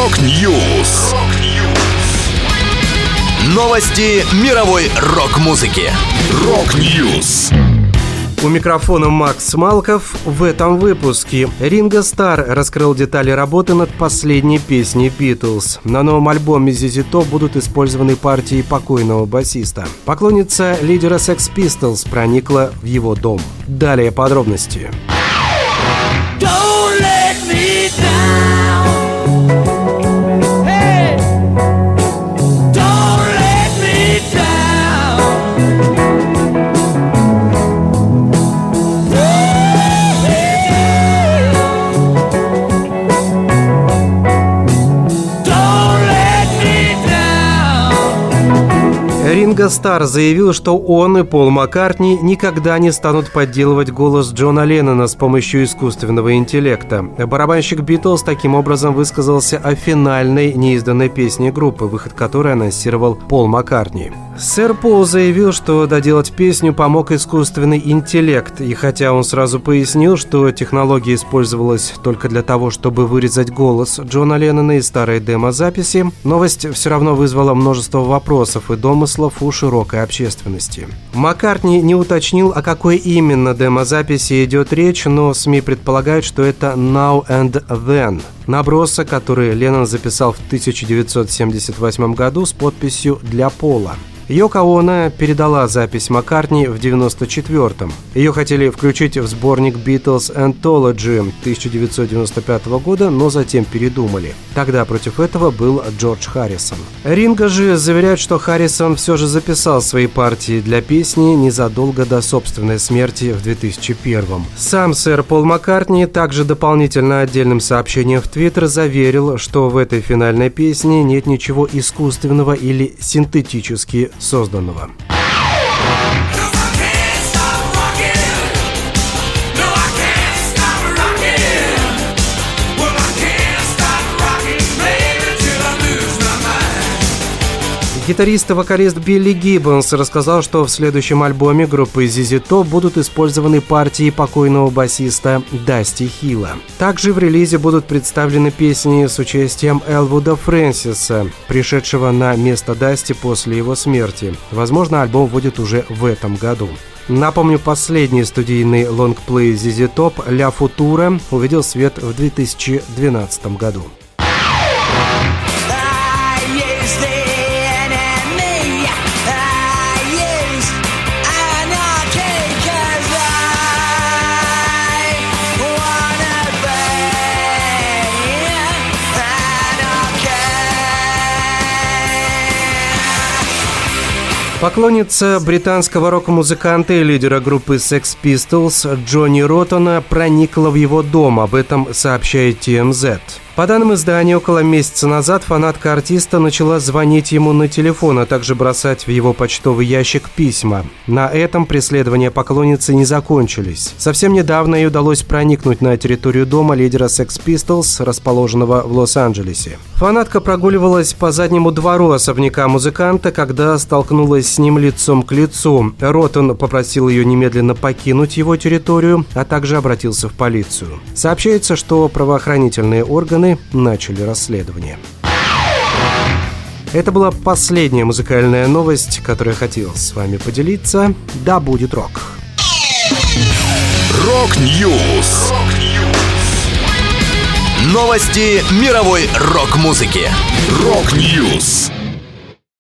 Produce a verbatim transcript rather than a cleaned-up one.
Рок-Ньюс. Новости мировой рок-музыки. Рок-Ньюс. У микрофона Макс Малков. В этом выпуске Ринго Старр раскрыл детали работы над последней песней Beatles. На новом альбоме зет зет Top будут использованы партии покойного басиста. Поклонница лидера Sex Pistols проникла в его дом. Далее подробности. Don't let me down. Hey, don't let me down. Don't let me down. Ринго Старр заявил, что он и Пол Маккартни никогда не станут подделывать голос Джона Леннона с помощью искусственного интеллекта. Барабанщик Битлз таким образом высказался о финальной неизданной песне группы, выход которой анонсировал Пол Маккартни. Сэр Пол заявил, что доделать песню помог искусственный интеллект, и хотя он сразу пояснил, что технология использовалась только для того, чтобы вырезать голос Джона Леннона из старой демозаписи, новость все равно вызвала множество вопросов и домыслов у широкой общественности. Маккартни не уточнил, о какой именно демозаписи идет речь, но СМИ предполагают, что это «Now and Then», набросок, который Леннон записал в тысяча девятьсот семьдесят восьмом году с подписью «Для Пола». Йоко Оно передала запись Маккартни в девяносто четвёртом. Ее хотели включить в сборник Beatles Anthology тысяча девятьсот девяносто пятого года, но затем передумали. Тогда против этого был Джордж Харрисон. Ринго же заверяет, что Харрисон все же записал свои партии для песни незадолго до собственной смерти в две тысячи первом. Сам сэр Пол Маккартни также дополнительно отдельным сообщением в Твиттер заверил, что в этой финальной песне нет ничего искусственного или синтетически созданного. Гитарист и вокалист Билли Гиббонс рассказал, что в следующем альбоме группы зет зет Top будут использованы партии покойного басиста Дасти Хилла. Также в релизе будут представлены песни с участием Элвуда Фрэнсиса, пришедшего на место Дасти после его смерти. Возможно, альбом выйдет уже в этом году. Напомню, последний студийный лонгплей зет зет Top «Ля Футура» увидел свет в две тысячи двенадцатом году. Поклонница британского рок-музыканта и лидера группы Sex Pistols Джонни Роттона проникла в его дом, об этом сообщает ти эм зет. По данным издания, около месяца назад фанатка артиста начала звонить ему на телефон, а также бросать в его почтовый ящик письма. На этом преследования поклонницы не закончились. Совсем недавно ей удалось проникнуть на территорию дома лидера Sex Pistols, расположенного в Лос-Анджелесе. Фанатка прогуливалась по заднему двору особняка музыканта, когда столкнулась с ним лицом к лицу. Роттон попросил ее немедленно покинуть его территорию, а также обратился в полицию. Сообщается, что правоохранительные органы начали расследование. Это была последняя музыкальная новость, которую я хотел с вами поделиться. Да будет рок! Рок-Ньюс. Новости мировой рок-музыки. Рок-Ньюс.